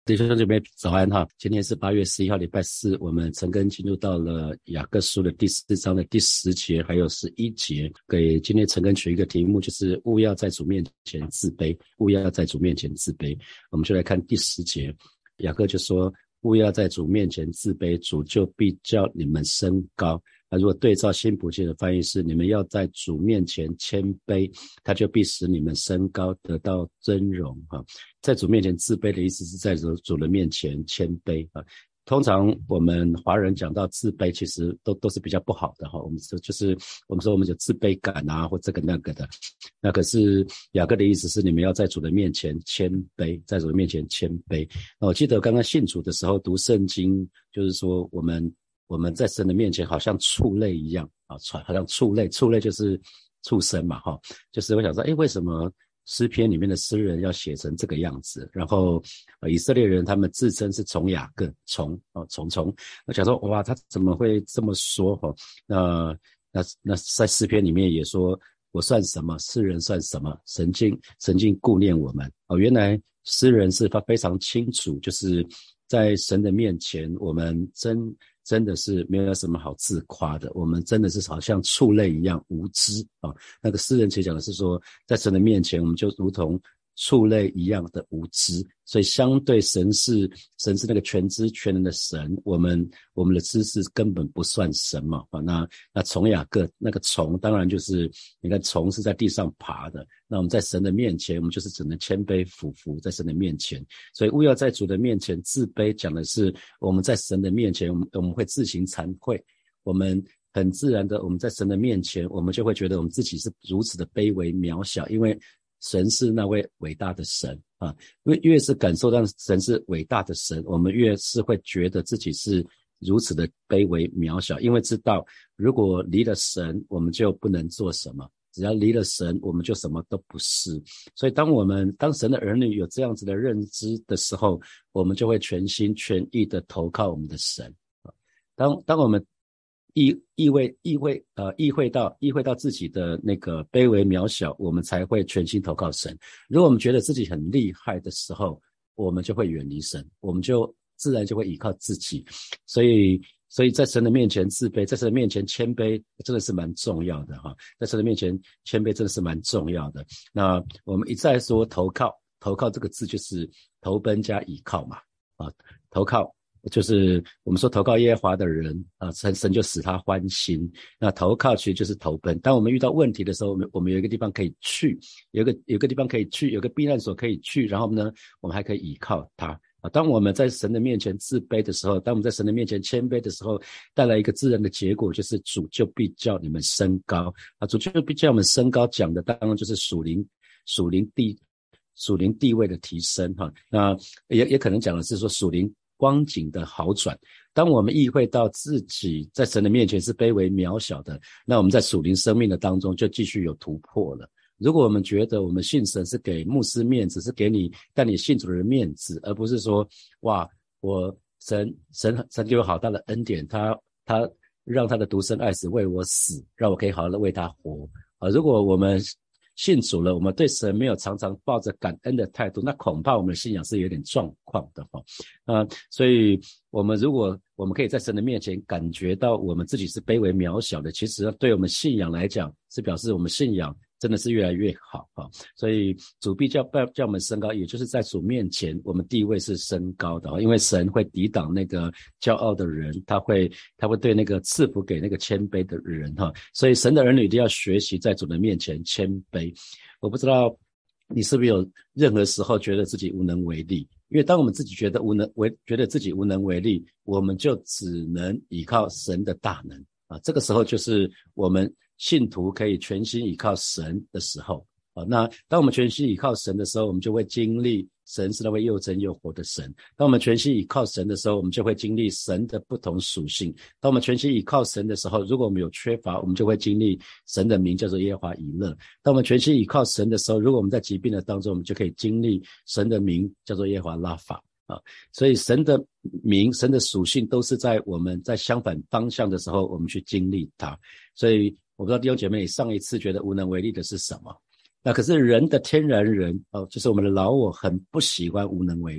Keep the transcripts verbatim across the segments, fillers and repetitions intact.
弟兄姐妹早安哈，今天是八月十一号礼拜四，我们陈根进入到了雅各书的第四章的第十节还有十一节，给今天陈根取一个题目，就是勿要在主面前自卑，勿要在主面前自卑。我们就来看第十节，雅各就说，勿要在主面前自卑，主就必叫你们升高。那如果对照新普契的翻译是，你们要在主面前谦卑，他就必使你们升高，得到尊荣哈。在主面前自卑的意思是在主的面前谦卑啊。通常我们华人讲到自卑，其实都都是比较不好的哈。我们说就是我们说我们有自卑感啊，或这个那个的。那可是雅各的意思是，你们要在主的面前谦卑，在主的面前谦卑。那我记得刚刚信主的时候读圣经，就是说我们我们在神的面前好像畜类一样啊，好像畜类，畜类就是畜生嘛哈。就是我想说，诶，为什么诗篇里面的诗人要写成这个样子？然后呃以色列人他们自称是从雅各，从哦从从，我想说哇，他怎么会这么说哈？那那那在诗篇里面也说，我算什么？世人算什么？神竟神竟顾念我们哦。原来诗人是他非常清楚，就是在神的面前，我们真真的是没有什么好自夸的，我们真的是好像畜类一样无知啊。那个诗人其实讲的是说，在神的面前，我们就如同畜类一样的无知，所以相对神是神是那个全知全能的神，我们我们的知识根本不算什么啊。那那从雅各那个虫，当然就是你看虫是在地上爬的，那我们在神的面前，我们就是只能谦卑俯伏在神的面前。所以勿要在主的面前自卑，讲的是我们在神的面前，我们我们会自行惭愧，我们很自然的我们在神的面前，我们就会觉得我们自己是如此的卑微渺小，因为神是那位伟大的神啊，因为越是感受到神是伟大的神，我们越是会觉得自己是如此的卑微渺小，因为知道如果离了神，我们就不能做什么，只要离了神，我们就什么都不是。所以当我们当神的儿女有这样子的认知的时候，我们就会全心全意的投靠我们的神。当当我们意意味意会呃意会到意会到自己的那个卑微渺小，我们才会全心投靠神。如果我们觉得自己很厉害的时候，我们就会远离神，我们就自然就会依靠自己。所以所以在神的面前自卑，在神的面前谦卑，真的是蛮重要的哈。在神的面前谦卑真的是蛮重要的。那我们一再说投靠，投靠这个字就是投奔加倚靠嘛啊，投靠就是我们说投靠耶和华的人啊，神神就使他欢心。那投靠其实就是投奔。当我们遇到问题的时候，我们我们有一个地方可以去，有一个有一个地方可以去，有个避难所可以去，然后呢，我们还可以倚靠他啊。当我们在神的面前自卑的时候，当我们在神的面前谦卑的时候，带来一个自然的结果，就是主就必叫你们升高啊。主就必叫我们升高，讲的当然就是属灵属灵地属灵地位的提升哈。那也也可能讲的是说属灵光景的好转。当我们意会到自己在神的面前是卑微渺小的，那我们在属灵生命的当中就继续有突破了。如果我们觉得我们信神是给牧师面子，是给你带你信主的人面子，而不是说哇我神神神给我好大的恩典，他他让他的独生爱子为我死，让我可以好好的为他活啊。如果我们信主了，我们对神没有常常抱着感恩的态度，那恐怕我们的信仰是有点状况的哈。啊，所以我们如果我们可以在神的面前感觉到我们自己是卑微渺小的，其实对我们信仰来讲，是表示我们信仰真的是越来越好哈。所以主必叫叫我们升高，也就是在主面前，我们地位是升高的，因为神会抵挡那个骄傲的人，他会他会对那个赐福给那个谦卑的人哈。所以神的儿女一定要学习在主的面前谦卑。我不知道你是不是有任何时候觉得自己无能为力？因为当我们自己觉得无能为觉得自己无能为力，我们就只能依靠神的大能啊。这个时候就是我们信徒可以全心依靠神的时候啊。那当我们全心依靠神的时候，我们就会经历神是那位又真又活的神。当我们全心倚靠神的时候，我们就会经历神的不同属性。当我们全心倚靠神的时候，如果我们有缺乏，我们就会经历神的名叫做耶和华以勒。当我们全心倚靠神的时候，如果我们在疾病的当中，我们就可以经历神的名叫做耶和华拉法啊。所以神的名神的属性都是在我们在相反方向的时候，我们去经历它。所以我不知道弟兄姐妹，你上一次觉得无能为力的是什么？那可是人的天然人哦，就是我们的老我很不喜欢无能为力，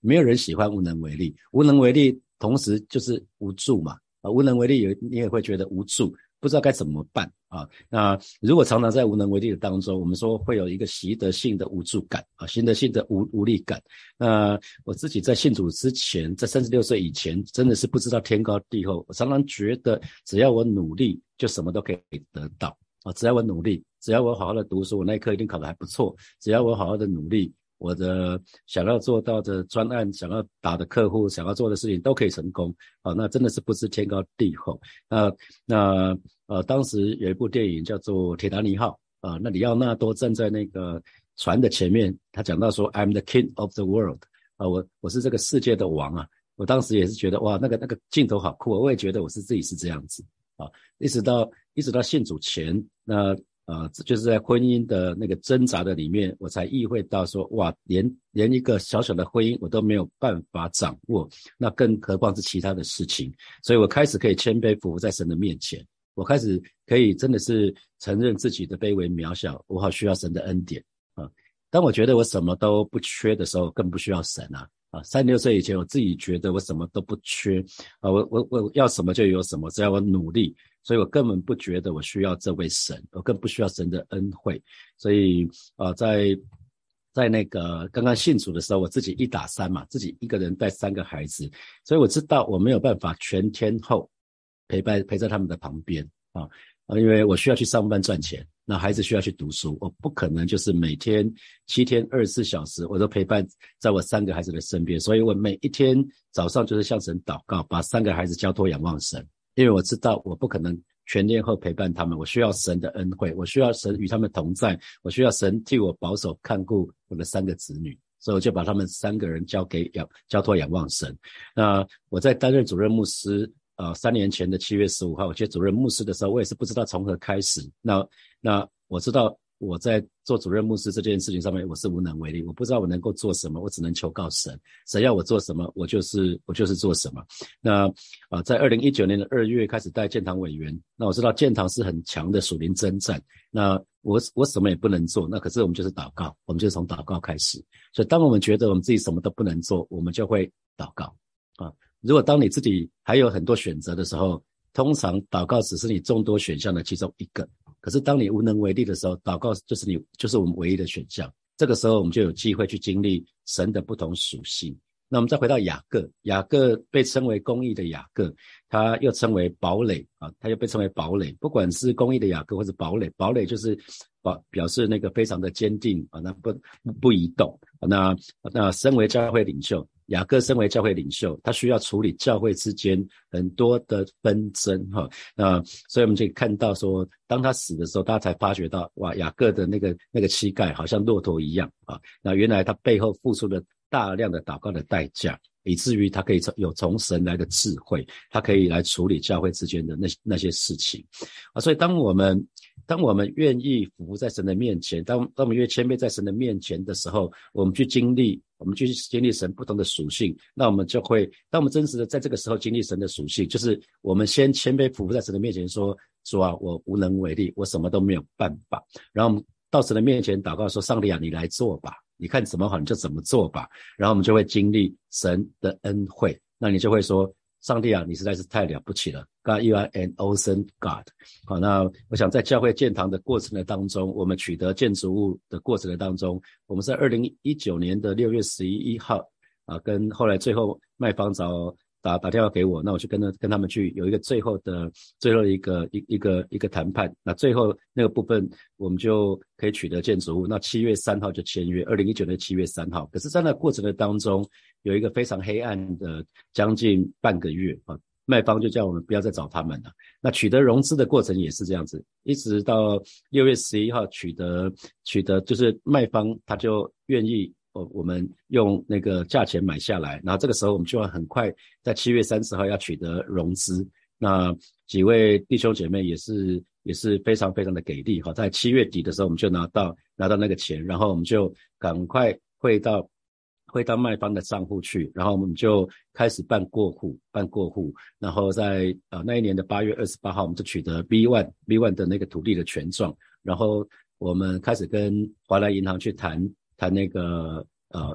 没有人喜欢无能为力，无能为力同时就是无助嘛，啊，无能为力有你也会觉得无助，不知道该怎么办啊。那如果常常在无能为力的当中，我们说会有一个习得性的无助感啊，习得性的无无力感。那我自己在信主之前，在三十六岁以前，真的是不知道天高地厚。我常常觉得，只要我努力，就什么都可以得到啊。只要我努力，只要我好好的读书，我那一科一定考得还不错。只要我好好的努力，我的想要做到的专案，想要打的客户，想要做的事情都可以成功啊。那真的是不知天高地厚。那那呃，当时有一部电影叫做《铁达尼号》啊，那里奥纳多站在那个船的前面，他讲到说 I'm the king of the world 啊，我我是这个世界的王啊。我当时也是觉得哇，那个那个镜头好酷，我也觉得我是自己是这样子啊。一直到一直到信主前，那呃就是在婚姻的那个挣扎的里面，我才意会到说哇，连连一个小小的婚姻我都没有办法掌握，那更何况是其他的事情。所以我开始可以谦卑服在神的面前，我开始可以真的是承认自己的卑微渺小，我好需要神的恩典啊。当我觉得我什么都不缺的时候，更不需要神啊。啊，三十六岁以前，我自己觉得我什么都不缺啊，我我我要什么就有什么，只要我努力，所以我根本不觉得我需要这位神，我更不需要神的恩惠。所以啊，在在那个刚刚信主的时候，我自己一打三嘛，自己一个人带三个孩子，所以我知道我没有办法全天候陪伴陪在他们的旁边啊。因为我需要去上班赚钱，那孩子需要去读书，我不可能就是每天七天二十四小时我都陪伴在我三个孩子的身边，所以我每一天早上就是向神祷告，把三个孩子交托仰望神，因为我知道我不可能全天候陪伴他们，我需要神的恩惠，我需要神与他们同在，我需要神替我保守看顾我的三个子女，所以我就把他们三个人交给仰交托仰望神。那我在担任主任牧师呃，三年前的七月十五号，我接主任牧师的时候，我也是不知道从何开始。那那我知道我在做主任牧师这件事情上面，我是无能为力，我不知道我能够做什么，我只能求告神，神要我做什么，我就是我就是做什么。那啊、呃，在二零一九年的二月开始带建堂委员，那我知道建堂是很强的属灵征战，那我我什么也不能做，那可是我们就是祷告，我们就是从祷告开始。所以当我们觉得我们自己什么都不能做，我们就会祷告啊。如果当你自己还有很多选择的时候，通常祷告只是你众多选项的其中一个。可是当你无能为力的时候，祷告就是你就是我们唯一的选项。这个时候我们就有机会去经历神的不同属性。那我们再回到雅各，雅各被称为公义的雅各，他又称为堡垒啊，他又被称为堡垒。不管是公义的雅各或是堡垒，堡垒就是表表示那个非常的坚定啊，那不不移动。那那身为教会领袖，雅各身为教会领袖，他需要处理教会之间很多的纷争哈。那所以我们可以看到说，当他死的时候，大家才发觉到哇，雅各的那个那个膝盖好像骆驼一样啊。那原来他背后付出了大量的祷告的代价，以至于他可以有从神来的智慧，他可以来处理教会之间的那那些事情啊。所以当我们当我们愿意服在神的面前，当当我们越谦卑在神的面前的时候，我们去经历我们去经历神不同的属性，那我们就会当我们真实的在这个时候经历神的属性，就是我们先谦卑服在神的面前说，主啊，我无能为力，我什么都没有办法，然后我们到神的面前祷告说，上帝啊，你来做吧，你看怎么好你就怎么做吧，然后我们就会经历神的恩惠，那你就会说，上帝啊，你实在是太了不起了 God, you are an awesome God。 好，那我想在教会建堂的过程的当中，我们取得建筑物的过程的当中，我们在二零一九年的六月十一号啊，跟后来最后卖方找打打电话给我，那我去跟他跟他们去有一个最后的最后的一个一一个一个谈判，那最后那个部分我们就可以取得建筑物，那七月三号就签约，二零一九年七月三号。可是在那过程的当中，有一个非常黑暗的将近半个月啊，卖方就叫我们不要再找他们了。那取得融资的过程也是这样子，一直到六月十一号取得取得就是卖方他就愿意我我们用那个价钱买下来，然后这个时候我们就要很快在七月三十号要取得融资。那几位弟兄姐妹也是也是非常非常的给力哈，在七月底的时候我们就拿到拿到那个钱，然后我们就赶快汇到汇到卖方的账户去，然后我们就开始办过户办过户，然后在呃那一年的八月二十八号我们就取得 B 一 B 一 的那个土地的权状，然后我们开始跟华南银行去谈谈那个呃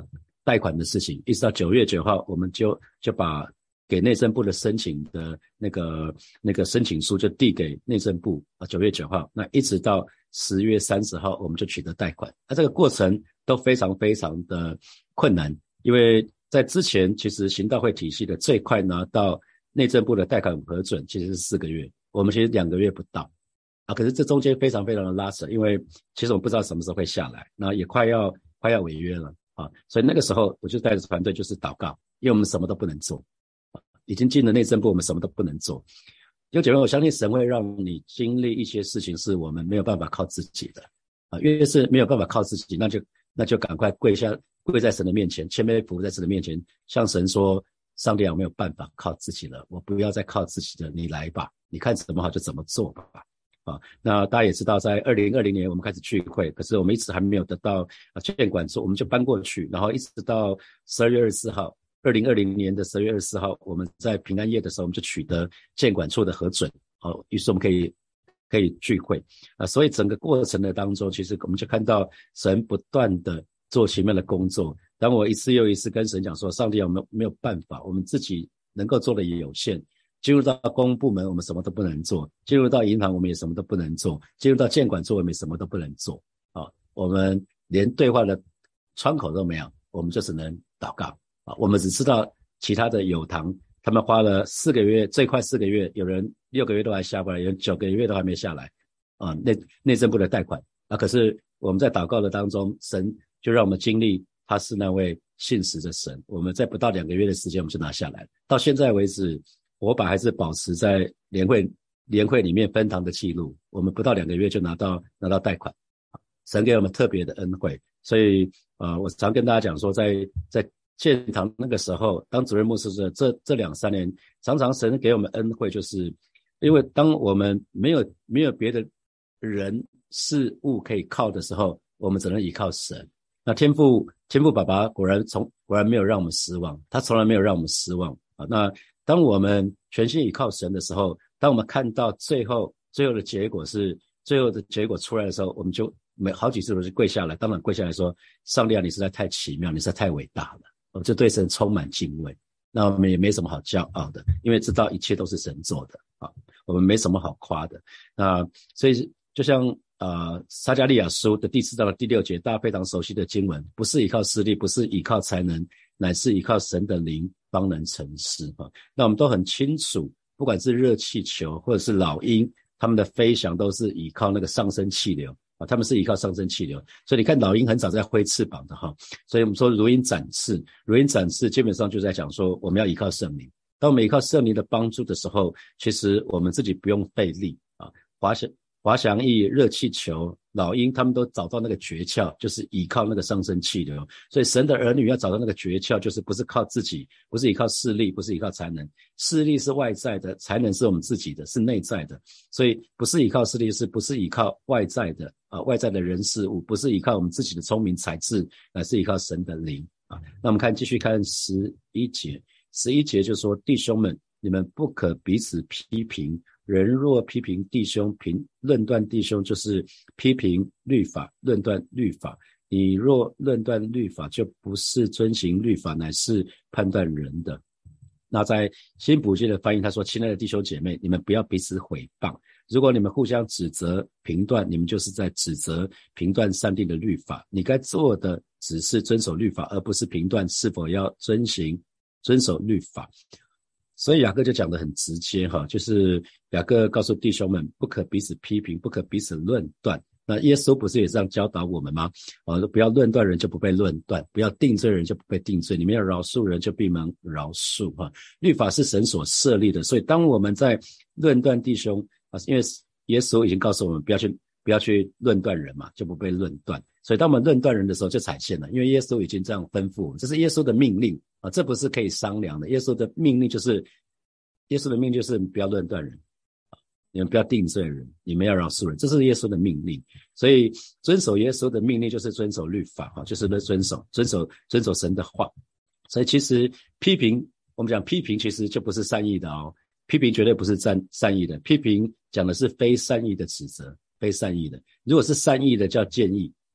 贷款的事情，一直到九月九号，我们就就把给内政部的申请的那个那个申请书就递给内政部啊，九月九号，那一直到十月三十号，我们就取得贷款。那这个过程都非常非常的困难，因为在之前其实行道会体系的最快拿到内政部的贷款核准其实是四个月，我们其实两个月不到啊，可是这中间非常非常的拉扯，因为其实我们不知道什么时候会下来，那也快要快要违约了啊，所以那个时候我就带着团队就是祷告，因为我们什么都不能做，已经进了内政部，我们什么都不能做。弟兄姐妹，我相信神会让你经历一些事情是我们没有办法靠自己的啊，越是没有办法靠自己，那就那就赶快跪下，跪在神的面前，谦卑俯在神的面前，向神说：上帝啊，我没有办法靠自己了，我不要再靠自己的，你来吧，你看怎么好就怎么做吧。啊，那大家也知道，在二零二零年我们开始聚会，可是我们一直还没有得到啊建管处，我们就搬过去，然后一直到十二月二十四号。二零二零年的十二月二十四号，我们在平安夜的时候，我们就取得建管处的核准，好，于是我们可以可以聚会啊。所以整个过程的当中，其实我们就看到神不断的做奇妙的工作。当我一次又一次跟神讲说，上帝，我们没有办法，我们自己能够做的也有限。进入到公部门，我们什么都不能做；进入到银行，我们也什么都不能做；进入到建管处，我们也什么都不能做。啊，我们连对话的窗口都没有，我们就只能祷告。啊，我们只知道其他的友堂，他们花了四个月，最快四个月，有人六个月都还下不来，有人九个月都还没下来啊。内内政部的贷款啊，可是我们在祷告的当中，神就让我们经历他是那位信实的神。我们在不到两个月的时间，我们就拿下来了。到现在为止，火把还是保持在联会联会里面分堂的记录。我们不到两个月就拿到拿到贷款，神给我们特别的恩惠。所以呃，我常跟大家讲说，在在建堂那个时候当主任牧师的这这两三年，常常神给我们恩惠，就是因为当我们没有没有别的人事物可以靠的时候，我们只能依靠神。那天父天父爸爸果然从果然没有让我们失望，他从来没有让我们失望啊。那当我们全心依靠神的时候，当我们看到最后最后的结果是最后的结果出来的时候，我们就每好几次都是跪下来，当然跪下来说，上帝啊，你实在太奇妙，你实在太伟大了，我就对神充满敬畏。那我们也没什么好骄傲的，因为知道一切都是神做的啊，我们没什么好夸的。那所以就像呃撒迦利亚书的第四章的第六节，大家非常熟悉的经文，不是依靠势力，不是依靠才能，乃是依靠神的灵方能成事啊。那我们都很清楚，不管是热气球或者是老鹰，他们的飞翔都是依靠那个上升气流啊，他们是依靠上升气流。所以你看老鹰很少在挥翅膀的哈，所以我们说如鹰展翅，如鹰展翅基本上就在讲说我们要依靠圣灵。当我们依靠圣灵的帮助的时候，其实我们自己不用费力啊。滑翔滑翔翼、热气球、老鹰，他们都找到那个诀窍，就是依靠那个上升气流。所以神的儿女要找到那个诀窍，就是不是靠自己，不是依靠势力，不是依靠才能。势力是外在的，才能是我们自己的，是内在的。所以不是依靠势力，是不是依靠外在的啊？外在的人事物，不是依靠我们自己的聪明才智，乃是依靠神的灵啊。那我们看继续看十一节，十一节就说：弟兄们，你们不可彼此批评。人若批评弟兄，评论断弟兄，就是批评律法，论断律法。你若论断律法，就不是遵行律法，乃是判断人的。那在新普世的翻译，他说：亲爱的弟兄姐妹，你们不要彼此毁谤。如果你们互相指责评断，你们就是在指责评断上帝的律法。你该做的只是遵守律法，而不是评断是否要遵行遵守律法。所以雅各就讲得很直接哈，就是雅各告诉弟兄们，不可彼此批评，不可彼此论断。那耶稣不是也这样教导我们吗？啊，不要论断人，就不被论断；不要定罪人，就不被定罪。你们要饶恕人，就必蒙饶恕哈。律法是神所设立的，所以当我们在论断弟兄啊，因为耶稣已经告诉我们不要去不要去论断人嘛，就不被论断。所以当我们论断人的时候就踩线了，因为耶稣已经这样吩咐我们，这是耶稣的命令啊，这不是可以商量的。耶稣的命令就是，耶稣的命令就是不要论断人，你们不要定罪人，你们要饶恕人，这是耶稣的命令。所以遵守耶稣的命令就是遵守律法啊，就是遵守遵守遵守神的话。所以其实批评，我们讲批评其实就不是善意的哦，批评绝对不是善善意的，批评讲的是非善意的指责，非善意的。如果是善意的叫建议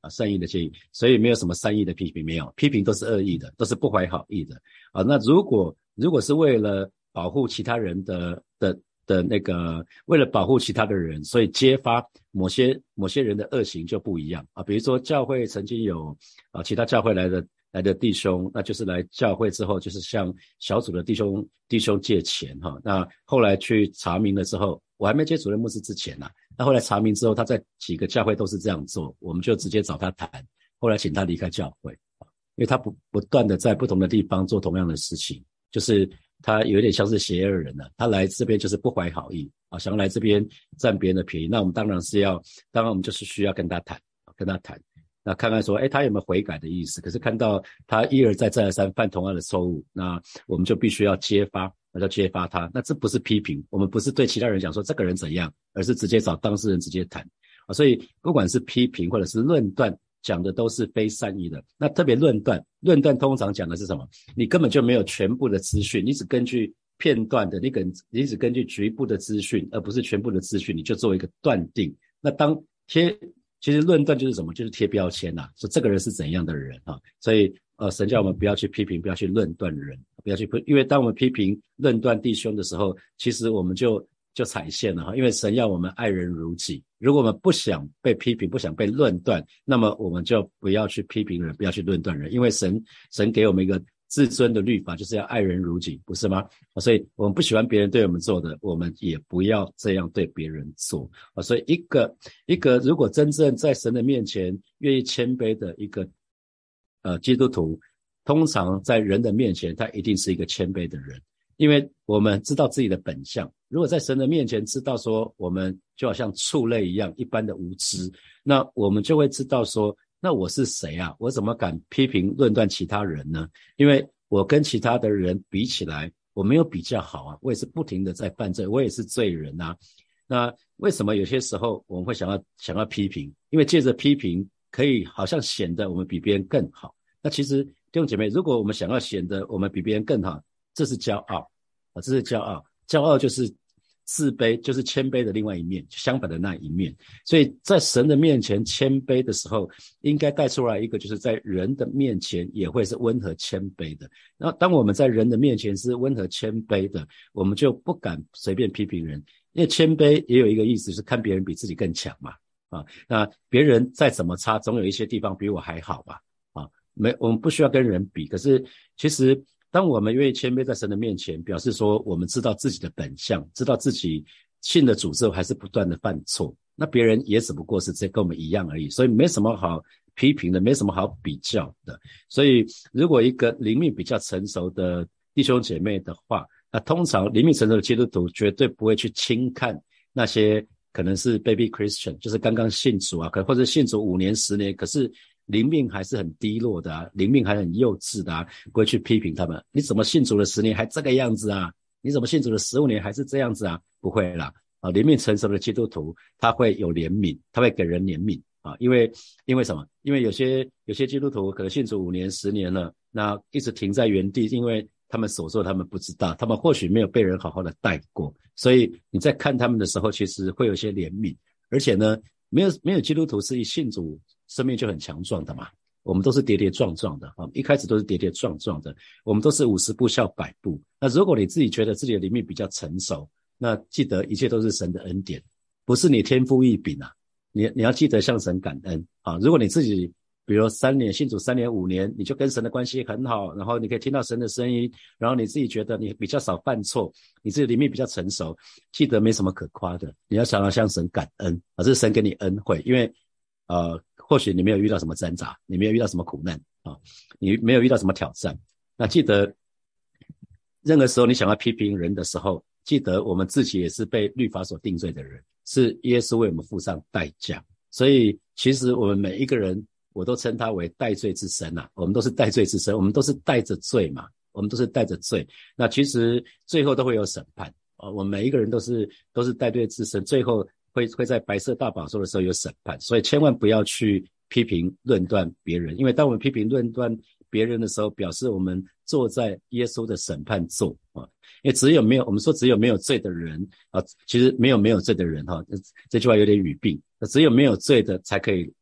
啊，善意的建议，所以没有什么善意的批评，没有，批评都是恶意的，都是不怀好意的啊。那如果如果是为了保护其他人的的的那个，为了保护其他的人，所以揭发某些某些人的恶行就不一样啊。比如说教会曾经有啊其他教会来的来的弟兄，那就是来教会之后，就是向小组的弟兄弟兄借钱哈。那后来去查明了之后，我还没接主任牧师之前啊，那后来查明之后，他在几个教会都是这样做，我们就直接找他谈，后来请他离开教会，因为他不不断的在不同的地方做同样的事情，就是他有点像是邪恶人了、啊，他来这边就是不怀好意啊，想要来这边占别人的便宜，那我们当然是要，当然我们就是需要跟他谈，跟他谈。那看看说，诶，他有没有悔改的意思？可是看到他一而再再而三犯同样的错误，那我们就必须要揭发，那就揭发他。那这不是批评，我们不是对其他人讲说这个人怎样，而是直接找当事人直接谈啊。所以不管是批评或者是论断，讲的都是非善意的。那特别论断，论断通常讲的是什么？你根本就没有全部的资讯，你只根据片段的，你可能你只根据局部的资讯，而不是全部的资讯，你就做一个断定。那当贴。其实论断就是什么？就是贴标签呐、啊，说这个人是怎样的人啊。所以呃，神叫我们不要去批评，不要去论断人，不要去，因为当我们批评论断弟兄的时候，其实我们就就踩线了哈。因为神要我们爱人如己，如果我们不想被批评，不想被论断，那么我们就不要去批评人，不要去论断人，因为神神给我们一个至尊的律法，就是要爱人如己，不是吗？所以我们不喜欢别人对我们做的，我们也不要这样对别人做。所以一个一个如果真正在神的面前愿意谦卑的一个呃基督徒，通常在人的面前他一定是一个谦卑的人，因为我们知道自己的本相。如果在神的面前知道说我们就好像畜类一样一般的无知，那我们就会知道说，那我是谁啊？我怎么敢批评论断其他人呢？因为我跟其他的人比起来，我没有比较好啊，我也是不停的在犯罪，我也是罪人啊。那为什么有些时候我们会想要想要批评？因为借着批评可以好像显得我们比别人更好。那其实弟兄姐妹，如果我们想要显得我们比别人更好，这是骄傲啊，这是骄傲。骄傲就是自卑，就是谦卑的另外一面，相反的那一面。所以在神的面前谦卑的时候，应该带出来一个，就是在人的面前也会是温和谦卑的。然后当我们在人的面前是温和谦卑的，我们就不敢随便批评人，因为谦卑也有一个意思，是看别人比自己更强嘛。啊，那别人再怎么差，总有一些地方比我还好吧。啊，没，我们不需要跟人比。可是其实当我们愿意谦卑在神的面前，表示说我们知道自己的本相，知道自己信了主之后还是不断的犯错，那别人也只不过是跟我们一样而已，所以没什么好批评的，没什么好比较的。所以如果一个灵命比较成熟的弟兄姐妹的话，那通常灵命成熟的基督徒绝对不会去轻看那些可能是 baby Christian， 就是刚刚信主啊，可能或者信主五年十年，可是灵命还是很低落的啊，灵命还很幼稚的啊，不会去批评他们。你怎么信主了十年还这个样子啊？你怎么信主了十五年还是这样子啊？不会啦，啊，灵命成熟的基督徒他会有怜悯，他会给人怜悯啊，因为因为什么？因为有些有些基督徒可能信主五年十年了，那一直停在原地，因为他们所做他们不知道，他们或许没有被人好好的带过，所以你在看他们的时候其实会有些怜悯。而且呢，没有没有基督徒是一信主生命就很强壮的嘛，我们都是跌跌撞撞的啊，一开始都是跌跌撞撞的，我们都是五十步笑百步。那如果你自己觉得自己的灵命比较成熟，那记得一切都是神的恩典，不是你天赋异禀啊，你你要记得向神感恩啊。如果你自己比如三年信主三年五年，你就跟神的关系很好，然后你可以听到神的声音，然后你自己觉得你比较少犯错，你自己灵命比较成熟，记得没什么可夸的，你要常常向神感恩啊，这是神给你恩惠。因为呃，或许你没有遇到什么挣扎，你没有遇到什么苦难啊，你没有遇到什么挑战，那记得任何时候你想要批评人的时候，记得我们自己也是被律法所定罪的人，是耶稣为我们付上代价。所以其实我们每一个人，我都称他为代罪之身啊，我们都是代罪之身，我们都是带着罪嘛，我们都是带着罪。那其实最后都会有审判啊，我们每一个人都是都是带罪之身，最后会会在白色大宝座的时候有审判。所以千万不要去批评论断别人，因为当我们批评论断别人的时候，表示我们坐在耶稣的审判座啊。因为只有没有，我们说只有没有罪的人啊，其实没有没有罪的人哈，这句话有点语病。只有没有罪的才可以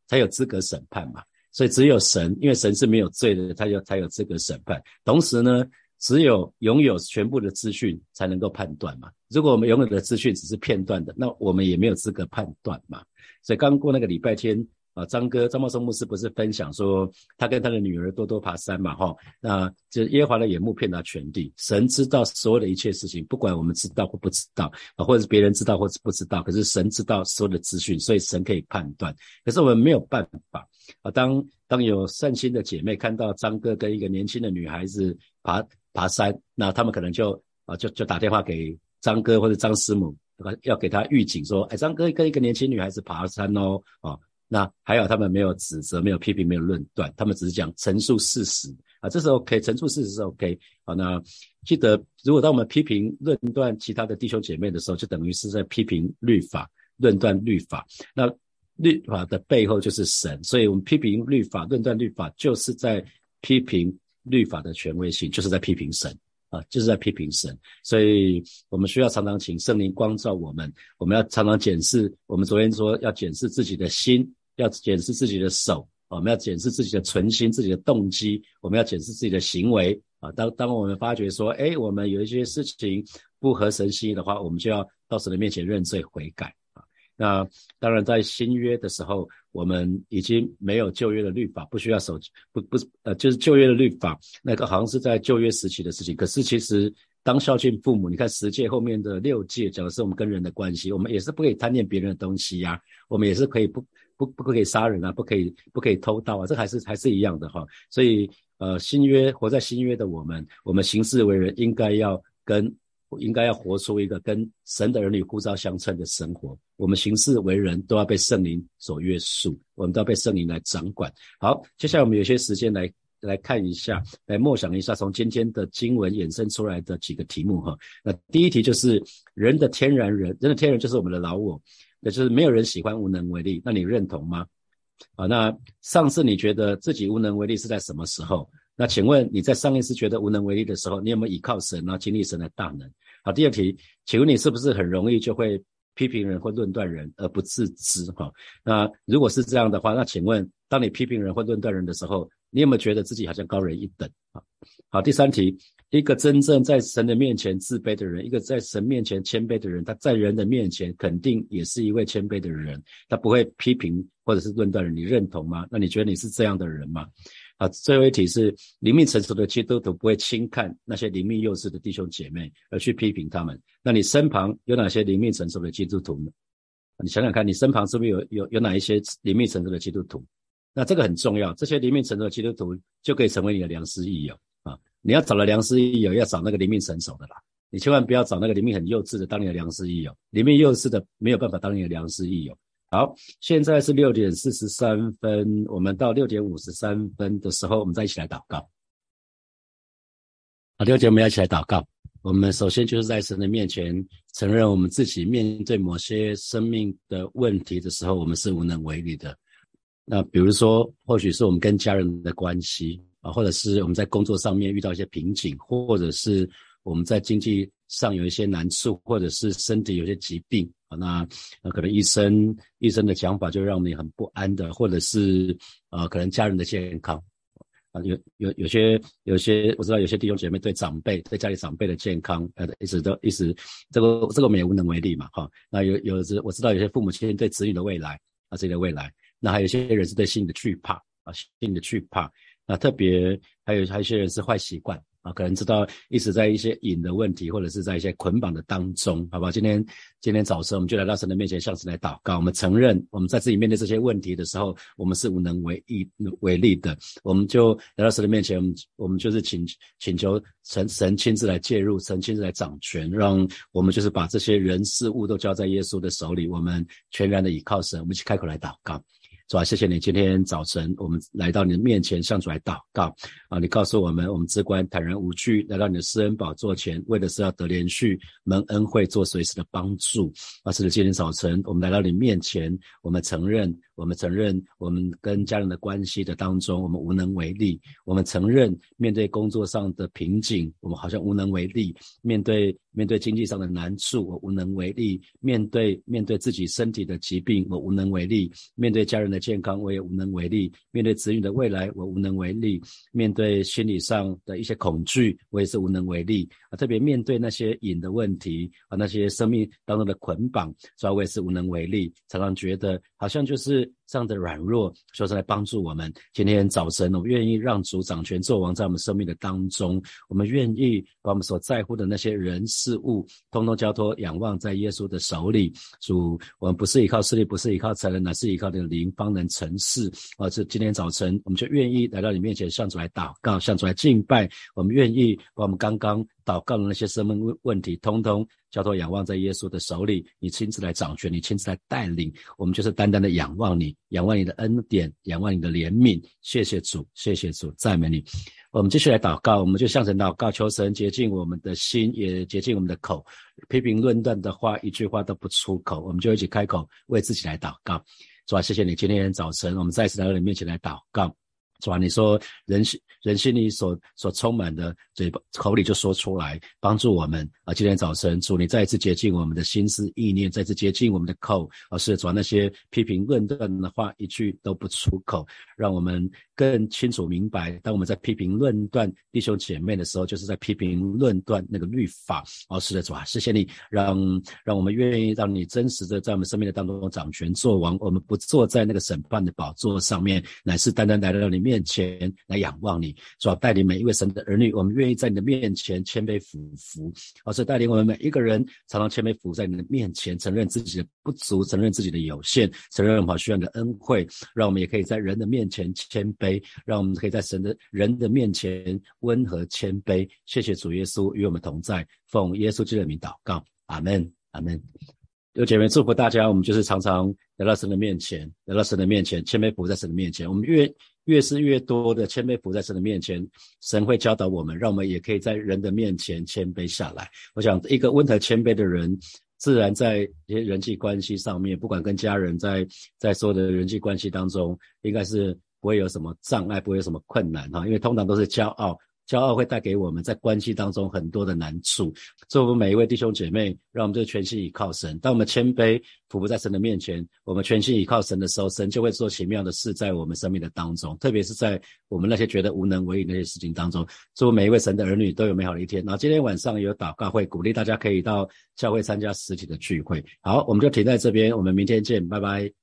才有资格审判嘛。所以只有神，因为神是没有罪的，他就才有资格审判。同时呢，只有拥有全部的资讯才能够判断嘛。如果我们拥有的资讯只是片段的，那我们也没有资格判断嘛。所以刚过那个礼拜天啊，张哥张茂松牧师不是分享说他跟他的女儿多多爬山嘛齁，那就耶和华的眼目遍达全地，神知道所有的一切事情，不管我们知道或不知道啊，或者是别人知道或是不知道，可是神知道所有的资讯，所以神可以判断。可是我们没有办法啊，当当有善心的姐妹看到张哥跟一个年轻的女孩子爬爬山，那他们可能就啊就就打电话给张哥或者张师母，要给他预警说，哎，张哥跟一个年轻女孩子爬山哦，啊，那还好他们没有指责，没有批评，没有论断，他们只是讲陈述事实啊，这是 OK， 陈述事实是 OK。好，那记得如果当我们批评论断其他的弟兄姐妹的时候，就等于是在批评律法，论断律法。那律法的背后就是神，所以我们批评律法，论断律法，就是在批评律法的权威性，就是在批评神啊，就是在批评神。所以我们需要常常请圣灵光照我们，我们要常常检视，我们昨天说要检视自己的心，要检视自己的手，我们要检视自己的存心，自己的动机，我们要检视自己的行为啊。当当我们发觉说，诶，我们有一些事情不合神心意的话，我们就要到神的面前认罪悔改啊。那当然在新约的时候，我们已经没有旧约的律法，不需要守不不呃就是旧约的律法，那个好像是在旧约时期的事情。可是其实当孝敬父母，你看十诫后面的六诫讲的是我们跟人的关系，我们也是不可以贪恋别人的东西啊，我们也是可以不不不可以杀人啊，不可以不可以偷盗啊，这还是还是一样的哈。所以呃新约活在新约的我们，我们行事为人应该要跟应该要活出一个跟神的儿女呼召相称的生活，我们行事为人都要被圣灵所约束，我们都要被圣灵来掌管。好，接下来我们有些时间来来看一下，来默想一下从今天的经文衍生出来的几个题目哈。那第一题就是人的天然人，人的天然就是我们的老我，那就是没有人喜欢无能为力，那你认同吗？好，那上次你觉得自己无能为力是在什么时候？那请问你在上一次觉得无能为力的时候，你有没有依靠神，然后经历神的大能？好，第二题，请问你是不是很容易就会批评人或论断人而不自知？哈，那如果是这样的话，那请问当你批评人或论断人的时候，你有没有觉得自己好像高人一等？好，第三题，一个真正在神的面前自卑的人，一个在神面前谦卑的人，他在人的面前肯定也是一位谦卑的人，他不会批评或者是论断人，你认同吗？那你觉得你是这样的人吗？好，最后一题是灵命成熟的基督徒不会轻看那些灵命幼稚的弟兄姐妹而去批评他们，那你身旁有哪些灵命成熟的基督徒呢？你想想看，你身旁是不是有有有哪一些灵命成熟的基督徒？那这个很重要，这些灵命成熟的基督徒就可以成为你的良师益友啊！你要找了良师益友，要找那个灵命成熟的啦，你千万不要找那个灵命很幼稚的当你的良师益友，灵命幼稚的没有办法当你的良师益友。好，现在是六点四十三分，我们到六点五十三分的时候，我们再一起来祷告。好，六点我们要一起来祷告。我们首先就是在神的面前承认我们自己面对某些生命的问题的时候，我们是无能为力的。那比如说，或许是我们跟家人的关系啊，或者是我们在工作上面遇到一些瓶颈，或者是我们在经济上有一些难处，或者是身体有些疾病啊，那那可能医生医生的讲法就让你很不安的，或者是呃可能家人的健康啊，有有有些有些我知道有些弟兄姐妹对长辈对家里长辈的健康呃一直都一直这个这个我们也无能为力嘛哈。那有有我知道有些父母亲对子女的未来啊自己的未来，那还有一些人是对性的惧怕啊性的惧怕，那特别还有还有一些人是坏习惯啊，可能知道一直在一些瘾的问题，或者是在一些捆绑的当中，好吧？今天今天早晨我们就来到神的面前，向神来祷告。我们承认我们在自己面对这些问题的时候，我们是无能为力为力的，我们就来到神的面前，我们我们就是请请求神神亲自来介入，神亲自来掌权，让我们就是把这些人事物都交在耶稣的手里，我们全然的倚靠神。我们一起开口来祷告。主啊，谢谢你今天早晨我们来到你的面前，向主来祷告啊！你告诉我们，我们只管坦然无惧来到你的施恩宝座前，为的是要得连续蒙恩惠，做随时的帮助啊！是的，今天早晨我们来到你面前，我们承认我们承认我们跟家人的关系的当中我们无能为力，我们承认面对工作上的瓶颈我们好像无能为力，面对面对经济上的难处我无能为力，面对面对自己身体的疾病我无能为力，面对家人的健康我也无能为力，面对子女的未来我无能为力，面对心理上的一些恐惧我也是无能为力啊，特别面对那些瘾的问题啊，那些生命当中的捆绑，所以我也是无能为力，常常觉得好像就是这样的软弱，说是来帮助我们。今天早晨我们愿意让主掌权作王在我们生命的当中，我们愿意把我们所在乎的那些人事物通通交托仰望在耶稣的手里。主，我们不是依靠势力，不是依靠才能，乃是依靠你的灵方能成事啊！这今天早晨我们就愿意来到你面前，向主来祷告，向主来敬拜，我们愿意把我们刚刚祷告的那些生命问题通通交托仰望在耶稣的手里，你亲自来掌权，你亲自来带领，我们就是单单的仰望你，仰望你的恩典，仰望你的怜悯。谢谢主，谢谢主，赞美你。我们继续来祷告，我们就向神祷告，求神洁净我们的心，也洁净我们的口，批评论断的话一句话都不出口，我们就一起开口为自己来祷告。主啊，谢谢你今天早晨我们再次来到你面前来祷告。主啊，你说人心人心里所所充满的，嘴巴口里就说出来，帮助我们啊！今天早晨，主你再一次洁净我们的心思意念，再次洁净我们的口，啊，是主啊，那些批评论断的话一句都不出口，让我们更清楚明白，当我们在批评论断弟兄姐妹的时候，就是在批评论断那个律法。哦，是的，主啊，谢谢你，让让我们愿意让你真实的在我们生命的当中掌权作王，我们不坐在那个审判的宝座上面，乃是单单来到你面前来仰望你。主啊，带领每一位神的儿女，我们愿意在你的面前谦卑俯伏，而是带领我们每一个人常常谦卑俯在你的面前，承认自己的不足，承认自己的有限，承认我们需要你的恩惠，让我们也可以在人的面前谦卑，让我们可以在神的人的面前温和谦卑。谢谢主耶稣与我们同在，奉耶稣基督的名祷告，阿们，阿们。有姐妹祝福大家，我们就是常常来到神的面前，来到神的面前，谦卑伏在神的面前。我们越越是越多的谦卑伏在神的面前，神会教导我们，让我们也可以在人的面前谦卑下来。我想一个温和谦卑的人，自然在一些人际关系上面，不管跟家人，在在所有的人际关系当中，应该是不会有什么障碍，不会有什么困难哈，因为通常都是骄傲。骄傲会带给我们在关系当中很多的难处，所以我们每一位弟兄姐妹，让我们就全心倚靠神。当我们谦卑俯伏在神的面前，我们全心倚靠神的时候，神就会做奇妙的事在我们生命的当中，特别是在我们那些觉得无能为力那些事情当中。祝每一位神的儿女都有美好的一天。然后今天晚上有祷告会，鼓励大家可以到教会参加实体的聚会。好，我们就停在这边，我们明天见，拜拜。